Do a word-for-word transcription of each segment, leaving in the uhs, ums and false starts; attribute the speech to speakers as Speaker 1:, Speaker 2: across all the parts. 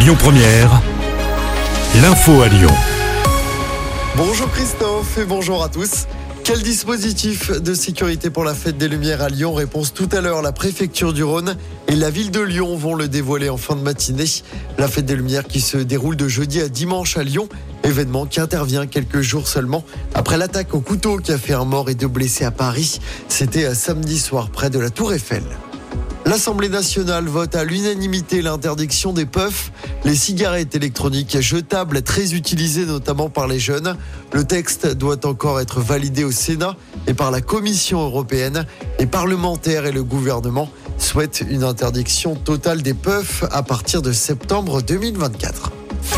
Speaker 1: Lyon Première, l'info à Lyon.
Speaker 2: Bonjour Christophe et bonjour à tous. Quel dispositif de sécurité pour la fête des Lumières à Lyon? Réponse tout à l'heure. La préfecture du Rhône et la ville de Lyon vont le dévoiler en fin de matinée. La fête des Lumières qui se déroule de jeudi à dimanche à Lyon. Événement qui intervient quelques jours seulement après l'attaque au couteau qui a fait un mort et deux blessés à Paris. C'était samedi soir près de la Tour Eiffel. L'Assemblée nationale vote à l'unanimité l'interdiction des puffs, les cigarettes électroniques jetables très utilisées notamment par les jeunes. Le texte doit encore être validé au Sénat et par la Commission européenne. Les parlementaires et le gouvernement souhaitent une interdiction totale des puffs à partir de septembre deux mille vingt-quatre.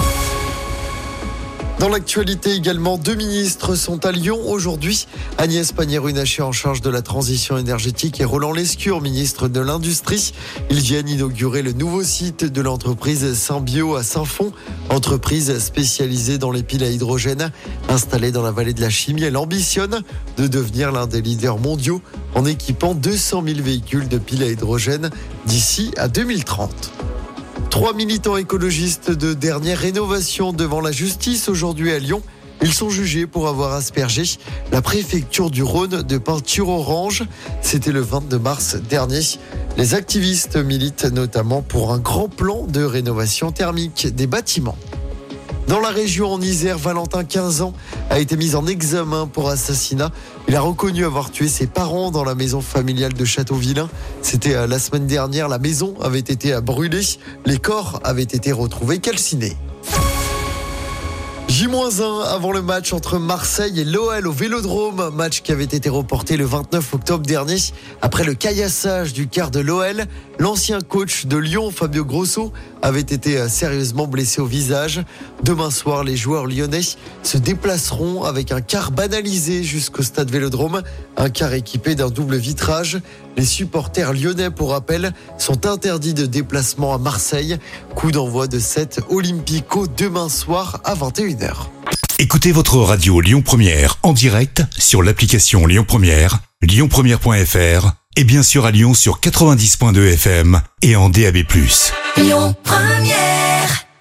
Speaker 2: Dans l'actualité également, deux ministres sont à Lyon aujourd'hui. Agnès Pannier-Runacher en charge de la transition énergétique et Roland Lescure, ministre de l'Industrie. Ils viennent inaugurer le nouveau site de l'entreprise Symbio à Saint-Fond, entreprise spécialisée dans les piles à hydrogène. Installée dans la vallée de la Chimie, elle ambitionne de devenir l'un des leaders mondiaux en équipant deux cent mille véhicules de piles à hydrogène d'ici à deux mille trente. Trois militants écologistes de dernière rénovation devant la justice aujourd'hui à Lyon. Ils sont jugés pour avoir aspergé la préfecture du Rhône de peinture orange. C'était le vingt-deux mars dernier. Les activistes militent notamment pour un grand plan de rénovation thermique des bâtiments. Dans la région en Isère, Valentin, quinze ans, a été mis en examen pour assassinat. Il a reconnu avoir tué ses parents dans la maison familiale de Châteauvillain. C'était la semaine dernière. La maison avait été brûlée. Les corps avaient été retrouvés calcinés. J un avant le match entre Marseille et l'O L au Vélodrome. Match qui avait été reporté le vingt-neuf octobre dernier. Après le caillassage du quart de l'O L, l'ancien coach de Lyon, Fabio Grosso, avait été sérieusement blessé au visage. Demain soir, les joueurs lyonnais se déplaceront avec un car banalisé jusqu'au stade Vélodrome. Un car équipé d'un double vitrage. Les supporters lyonnais, pour rappel, sont interdits de déplacement à Marseille. Coup d'envoi de cet Olympico demain soir à vingt et une heures.
Speaker 1: Écoutez votre radio Lyon Première en direct sur l'application Lyon Première, lyon première point f r et bien sûr à Lyon sur quatre-vingt-dix point deux F M et en D A B plus.
Speaker 3: Lyon Première.